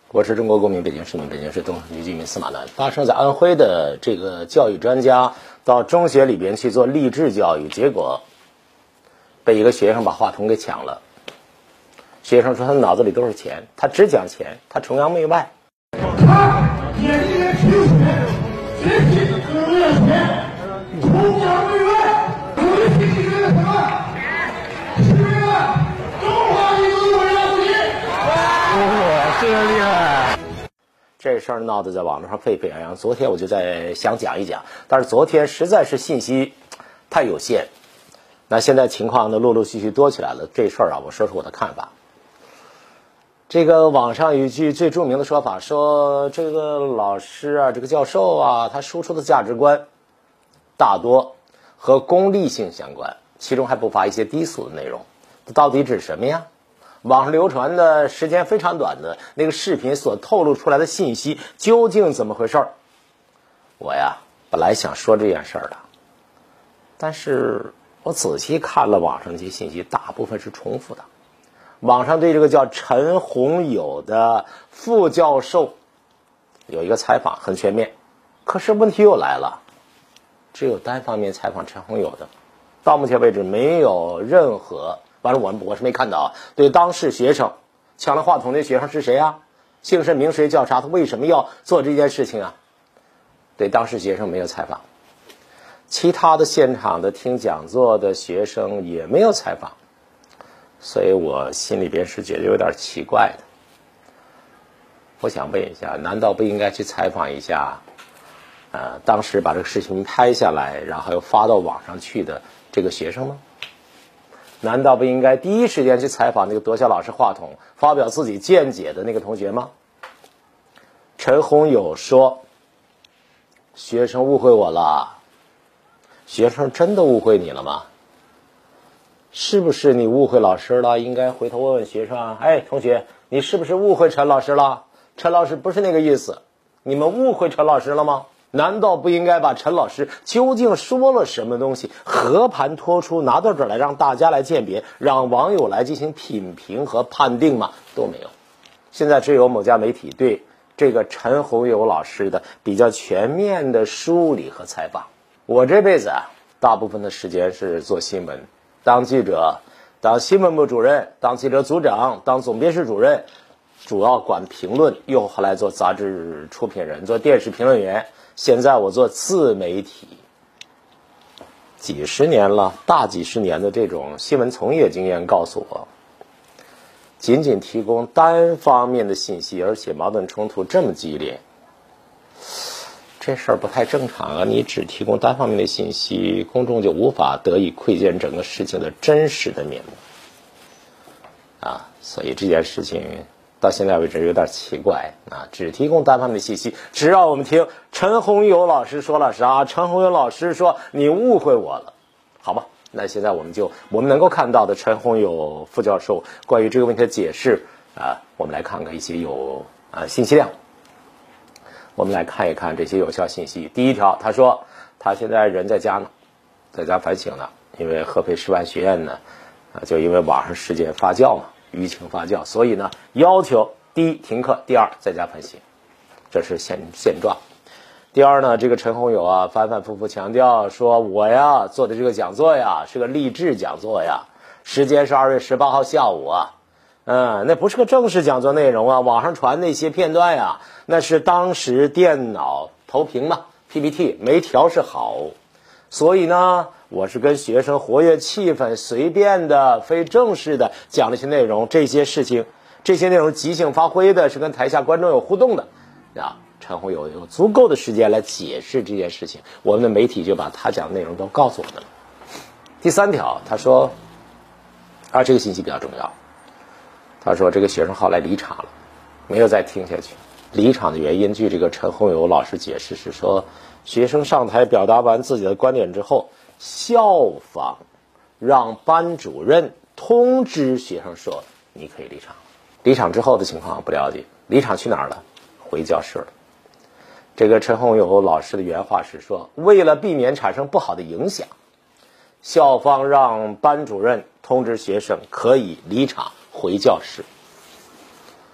我是中国公民，北京市民，北京市东城区居民司马南。发生在安徽的这个教育专家到中学里边去做励志教育，结果被一个学生把话筒给抢了。学生说他脑子里都是钱，他只讲钱，他崇洋媚外。 他眼里面只有钱，学习只为了钱，崇洋媚外，努力学习为了什么？是为了中华民族伟大复兴。 哇，这个厉害！这事儿闹得在网络上沸沸扬扬。昨天我就在想讲一讲，但是昨天实在是信息太有限。那现在情况呢，陆陆续续多起来了。这事儿啊，我说说我的看法。这个网上有一句最著名的说法，说这个老师啊，这个教授啊，他输出的价值观大多和功利性相关，其中还不乏一些低俗的内容。这到底指什么呀？网上流传的时间非常短的那个视频所透露出来的信息究竟怎么回事？我呀，本来想说这件事儿的，但是我仔细看了网上这些信息，大部分是重复的。网上对这个叫陈宏友的副教授有一个采访，很全面。可是问题又来了，只有单方面采访陈宏友的，到目前为止没有任何，完了我是没看到对当事学生抢了话筒的学生是谁啊？姓甚名谁，叫啥？他为什么要做这件事情啊？对当事学生没有采访，其他的现场的听讲座的学生也没有采访。所以我心里边是觉得有点奇怪的。我想问一下，难道不应该去采访一下当时把这个视频拍下来然后又发到网上去的这个学生吗？难道不应该第一时间去采访那个夺下老师话筒发表自己见解的那个同学吗？陈宏友说，学生误会我了。学生真的误会你了吗？是不是你误会老师了？应该回头问问学生啊。哎，同学，你是不是误会陈老师了？陈老师不是那个意思。你们误会陈老师了吗？难道不应该把陈老师究竟说了什么东西和盘托出，拿到这儿来让大家来鉴别，让网友来进行品评和判定吗？都没有。现在只有某家媒体对这个陈宏友老师的比较全面的梳理和采访。我这辈子啊，大部分的时间是做新闻，当记者，当新闻部主任，当记者组长，当总编室主任，主要管评论，又后来做杂志出品人，做电视评论员，现在我做自媒体，几十年了，大几十年的这种新闻从业经验告诉我，仅仅提供单方面的信息，而且矛盾冲突这么激烈，这事儿不太正常啊！你只提供单方面的信息，公众就无法得以窥见整个事情的真实的面目啊！所以这件事情到现在为止有点奇怪啊！只提供单方面的信息，只让我们听陈宏友老师说了啥？陈宏友老师说你误会我了，好吧？那现在我们能够看到的陈宏友副教授关于这个问题的解释啊，我们来看看一些有信息量。我们来看一看这些有效信息。第一条，他说他现在人在家呢，在家反省呢，因为合肥师范学院呢，就因为网上事件发酵嘛，舆情发酵，所以呢要求第一停课，第二在家反省，这是现状。第二呢，这个陈宏友啊反反复复强调说，我呀做的这个讲座呀是个励志讲座呀，时间是2月18号下午啊。那不是个正式讲座内容啊，网上传那些片段呀，那是当时电脑投屏嘛 ，PPT 没调试好，所以呢，我是跟学生活跃气氛，随便的、非正式的讲了一些内容，这些事情，这些内容即兴发挥的，是跟台下观众有互动的啊。陈宏友有足够的时间来解释这件事情，我们的媒体就把他讲的内容都告诉我们了。第三条，他说，这个信息比较重要。他说这个学生后来离场了，没有再听下去。离场的原因，据这个陈宏友老师解释是说，学生上台表达完自己的观点之后，校方让班主任通知学生说你可以离场。离场之后的情况不了解，离场去哪儿了？回教室了。这个陈宏友老师的原话是说，为了避免产生不好的影响，校方让班主任通知学生可以离场回教室。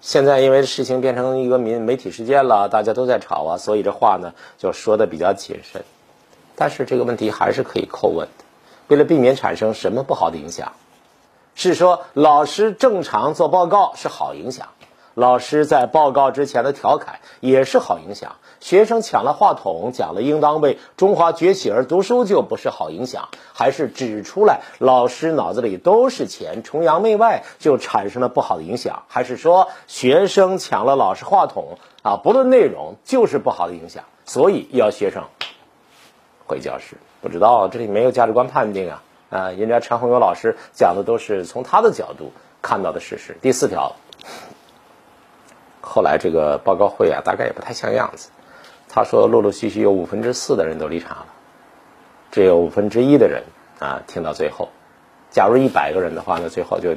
现在因为事情变成一个媒体事件了，大家都在吵啊，所以这话呢就说的比较谨慎。但是这个问题还是可以叩问的，为了避免产生什么不好的影响，是说老师正常做报告是好影响，老师在报告之前的调侃也是好影响，学生抢了话筒讲了应当为中华崛起而读书就不是好影响，还是指出来老师脑子里都是钱，崇洋媚外就产生了不好的影响，还是说学生抢了老师话筒啊，不论内容就是不好的影响，所以要学生回教室。不知道，这里没有价值观判定啊，人家陈宏友老师讲的都是从他的角度看到的事实。第4条，后来这个报告会大概也不太像样子。他说陆陆续续有4%的人都离场了，只有1/5的人听到最后。假如100个人的话呢，最后就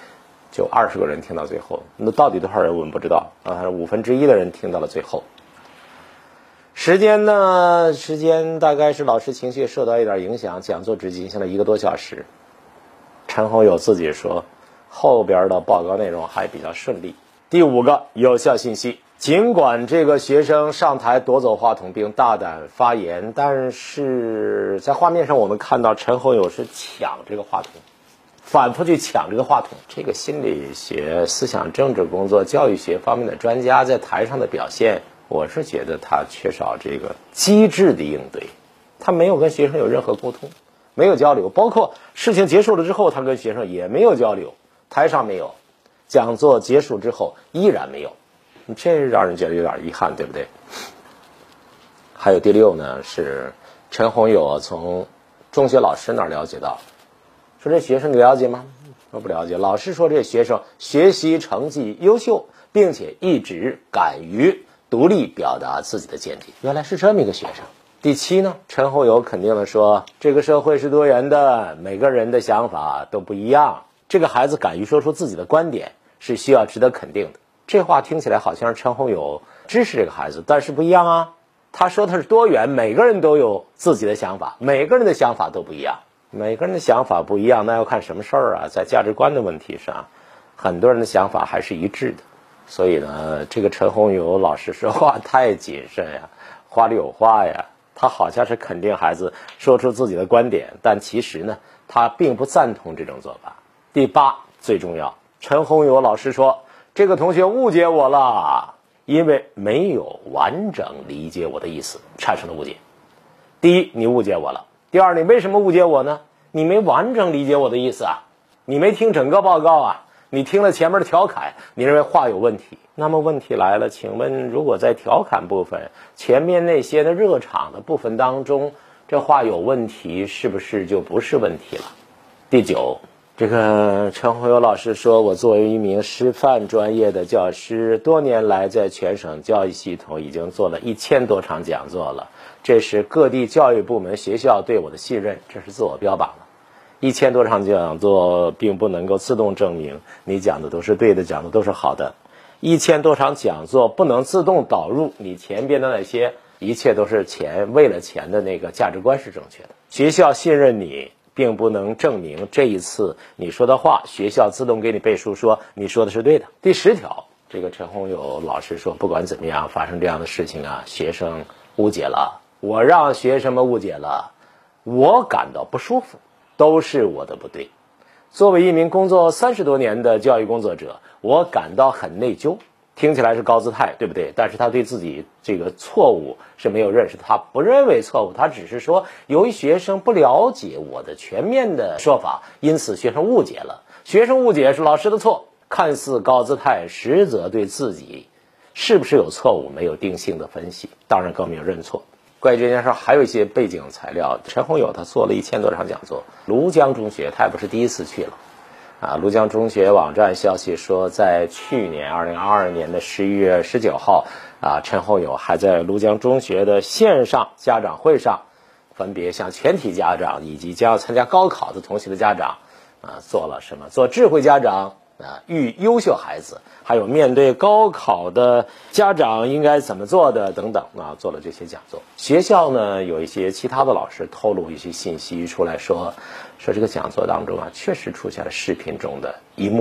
20个人听到最后。那到底多少人我们不知道，1/5的人听到了最后。时间大概是老师情绪受到一点影响，讲座只进行了1个多小时。陈宏友自己说，后边的报告内容还比较顺利。第5个有效信息，尽管这个学生上台夺走话筒并大胆发言，但是在画面上我们看到陈宏友是抢这个话筒，反复去抢这个话筒。这个心理学、思想政治工作、教育学方面的专家在台上的表现，我是觉得他缺少这个机智的应对，他没有跟学生有任何沟通，没有交流，包括事情结束了之后他跟学生也没有交流，台上没有，讲座结束之后依然没有，这让人觉得有点遗憾，对不对？还有第6呢，是陈宏友从中学老师那儿了解到，说这学生你了解吗？我不了解。老师说这学生学习成绩优秀，并且一直敢于独立表达自己的见解，原来是这么一个学生。第7呢，陈宏友肯定的说，这个社会是多元的，每个人的想法都不一样，这个孩子敢于说出自己的观点是需要值得肯定的。这话听起来好像是陈宏友支持这个孩子，但是不一样啊。他说他是多元，每个人都有自己的想法，每个人的想法都不一样。每个人的想法不一样，那要看什么事儿啊？在价值观的问题上，很多人的想法还是一致的。所以呢，这个陈宏友老师说话太谨慎呀，话里有话呀。他好像是肯定孩子说出自己的观点，但其实呢，他并不赞同这种做法。第8最重要，陈宏友老师说，这个同学误解我了，因为没有完整理解我的意思，产生了误解。第一，你误解我了；第二，你为什么误解我呢？你没完整理解我的意思啊，你没听整个报告啊，你听了前面的调侃，你认为话有问题。那么问题来了，请问如果在调侃部分，前面那些的热场的部分当中，这话有问题，是不是就不是问题了？第9，这个陈宏友老师说，我作为一名师范专业的教师，多年来在全省教育系统已经做了1000多场讲座了，这是各地教育部门学校对我的信任，这是自我标榜了。1000多场讲座并不能够自动证明你讲的都是对的，讲的都是好的。1000多场讲座不能自动导入你前边的那些一切都是钱，为了钱的那个价值观是正确的。学校信任你，并不能证明这一次你说的话，学校自动给你背书说你说的是对的。第10条，这个陈宏友老师说，不管怎么样发生这样的事情啊，学生误解了，我让学生们误解了，我感到不舒服，都是我的不对。作为一名工作30多年的教育工作者，我感到很内疚。听起来是高姿态，对不对？但是他对自己这个错误是没有认识的，他不认为错误，他只是说由于学生不了解我的全面的说法，因此学生误解了。学生误解是老师的错，看似高姿态，实则对自己是不是有错误没有定性的分析，当然更没有认错。关于这件事还有一些背景材料，陈宏友他做了1000多场讲座，庐江中学他也不是第一次去了庐江中学网站消息说，在去年2022年的11月19号陈宏友还在庐江中学的线上家长会上，分别向全体家长以及将要参加高考的同学的家长做了什么？做智慧家长育优秀孩子，还有面对高考的家长应该怎么做的等等做了这些讲座。学校呢有一些其他的老师透露一些信息出来说这个讲座当中确实出现了视频中的一幕。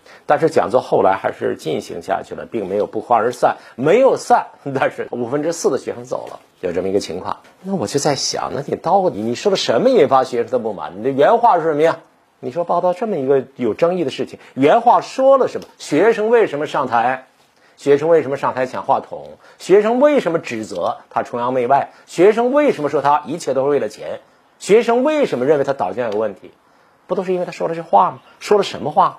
但是讲座后来还是进行下去了，并没有不欢而散，没有散，但是4%的学生走了，有这么一个情况。那我就在想，那你到底你说了什么引发学生的不满？你的原话是什么呀？你说报道这么一个有争议的事情，原话说了什么？学生为什么上台？学生为什么上台抢话筒？学生为什么指责他崇洋媚外？学生为什么说他一切都是为了钱？学生为什么认为他导向有问题？不都是因为他说了这话吗？说了什么话？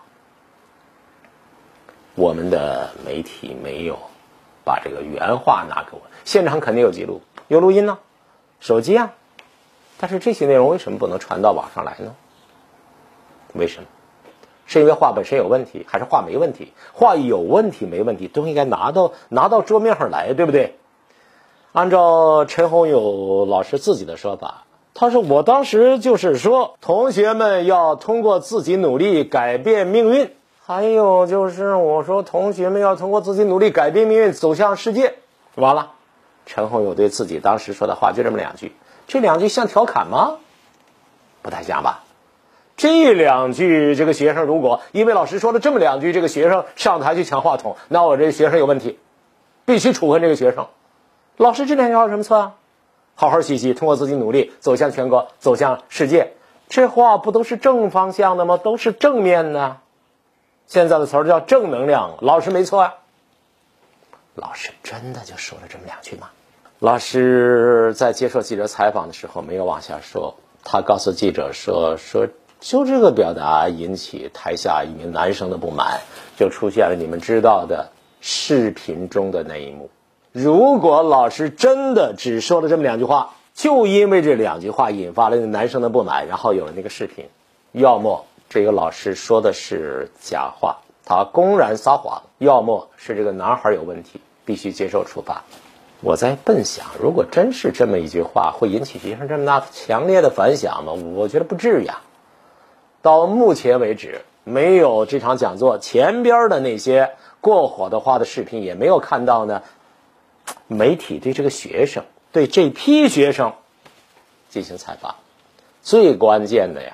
我们的媒体没有把这个原话拿给我，现场肯定有记录，有录音呢，手机啊，但是这些内容为什么不能传到网上来呢？为什么？是因为话本身有问题，还是话没问题？话有问题没问题都应该拿到桌面上来，对不对？按照陈宏友老师自己的说法，他说我当时就是说同学们要通过自己努力改变命运，还有就是我说同学们要通过自己努力改变命运走向世界。完了，陈宏友对自己当时说的话就这么2句，这2句像调侃吗？不太像吧。这2句，这个学生如果因为老师说了这么2句，这个学生上台去抢话筒，那我这个学生有问题，必须处分这个学生。老师这2句话有什么错啊？好好学习，通过自己努力走向全国，走向世界，这话不都是正方向的吗？都是正面的。现在的词儿叫正能量，老师没错啊。老师真的就说了这么2句吗？老师在接受记者采访的时候没有往下说，他告诉记者说就这个表达引起台下一名男生的不满，就出现了你们知道的视频中的那一幕。如果老师真的只说了这么2句话，就因为这2句话引发了那男生的不满，然后有了那个视频，要么这个老师说的是假话，他公然撒谎，要么是这个男孩有问题，必须接受处罚。我在笨想，如果真是这么一句话，会引起学生这么大强烈的反响吗？我觉得不至于啊。到目前为止，没有这场讲座前边的那些过火的话的视频，也没有看到呢媒体对这个学生，对这批学生进行采访。最关键的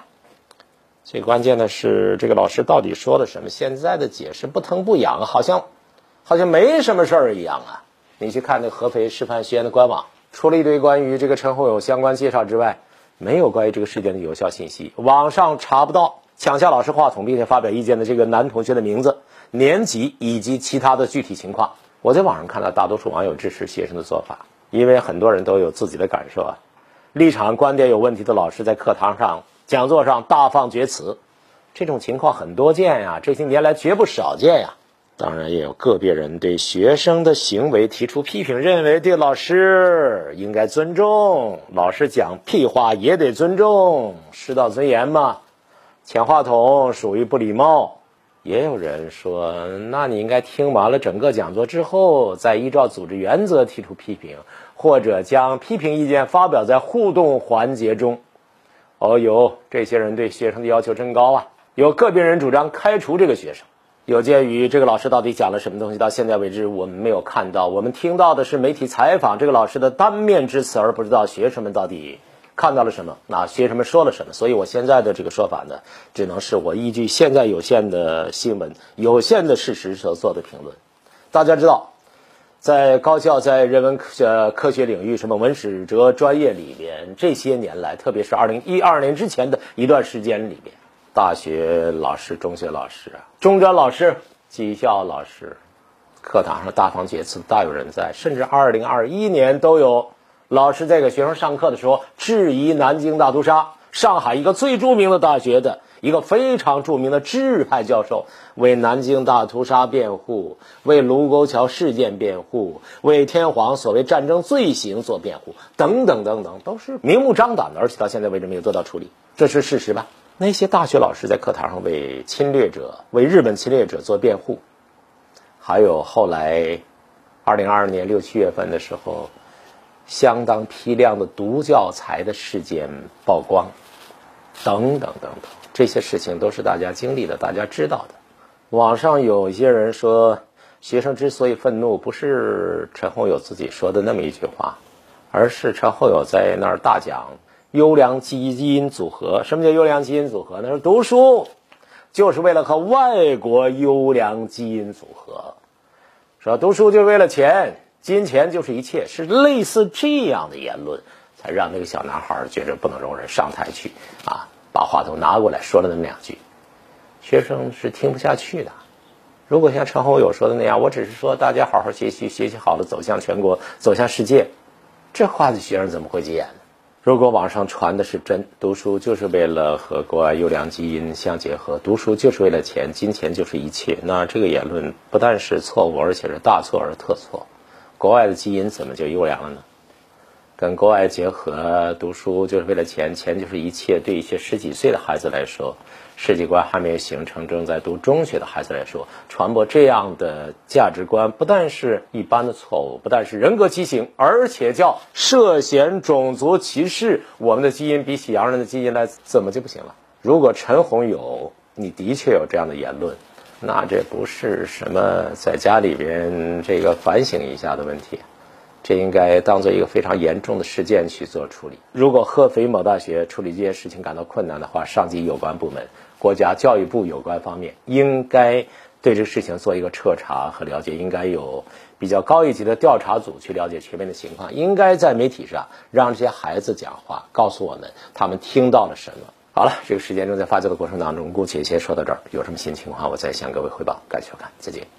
是这个老师到底说了什么？现在的解释不疼不痒，好像没什么事儿一样啊。你去看那合肥师范学院的官网，除了一堆关于这个陈宏友相关介绍之外，没有关于这个事件的有效信息，网上查不到抢下老师话筒并且发表意见的这个男同学的名字、年级以及其他的具体情况。我在网上看到大多数网友支持学生的做法，因为很多人都有自己的感受啊。立场观点有问题的老师在课堂上、讲座上大放厥词，这种情况很多见呀，这些年来绝不少见呀。当然也有个别人对学生的行为提出批评，认为对老师应该尊重，老师讲屁话也得尊重，师道尊严嘛，抢话筒属于不礼貌。也有人说，那你应该听完了整个讲座之后，再依照组织原则提出批评，或者将批评意见发表在互动环节中。这些人对学生的要求真高啊！有个别人主张开除这个学生。有鉴于这个老师到底讲了什么东西，到现在为止我们没有看到，我们听到的是媒体采访这个老师的单面之词，而不知道学生们到底看到了什么，学生们说了什么。所以我现在的这个说法呢，只能是我依据现在有限的新闻、有限的事实所做的评论。大家知道，在高校在人文科学领域，什么文史哲专业里面，这些年来，特别是2012年之前的一段时间里面，大学老师、中学老师、中专老师、技校老师，课堂上大放厥词大有人在。甚至2021年都有老师在给学生上课的时候质疑南京大屠杀。上海一个最著名的大学的一个非常著名的知识派教授为南京大屠杀辩护，为卢沟桥事件辩护，为天皇所谓战争罪行做辩护，等等等等，都是明目张胆的，而且到现在为止没有得到处理，这是事实吧？那些大学老师在课堂上为侵略者、为日本侵略者做辩护，还有后来2022年6、7月份的时候，相当批量的读教材的事件曝光，等等等等，这些事情都是大家经历的，大家知道的。网上有一些人说，学生之所以愤怒，不是陈宏友自己说的那么一句话，而是陈宏友在那儿大讲优良基因组合。什么叫优良基因组合呢？是读书， 就是为了和外国优良基因组合，说读书就是为了钱，金钱就是一切，是类似这样的言论，才让那个小男孩觉着不能容忍，上台去把话筒拿过来说了那么2句。学生是听不下去的。如果像陈侯友说的那样，我只是说大家好好学习，学习好了走向全国，走向世界，这话的学生怎么会急眼呢？如果网上传的是真，读书就是为了和国外优良基因相结合，读书就是为了钱，金钱就是一切，那这个言论不但是错误，而且是大错而特错。国外的基因怎么就优良了呢？跟国外结合，读书就是为了钱，钱就是一切，对一些10几岁的孩子来说，世界观还没有形成，正在读中学的孩子来说，传播这样的价值观不但是一般的错误，不但是人格畸形，而且叫涉嫌种族歧视。我们的基因比起洋人的基因来，怎么就不行了？如果陈宏友你的确有这样的言论，那这不是什么在家里边这个反省一下的问题，这应该当做一个非常严重的事件去做处理。如果合肥某大学处理这件事情感到困难的话，上级有关部门，国家教育部有关方面应该对这个事情做一个彻查和了解，应该有比较高一级的调查组去了解全面的情况，应该在媒体上让这些孩子讲话，告诉我们他们听到了什么。好了，这个时间正在发酵的过程当中，姑且先说到这儿，有什么新情况我再向各位汇报。感谢收看，再见。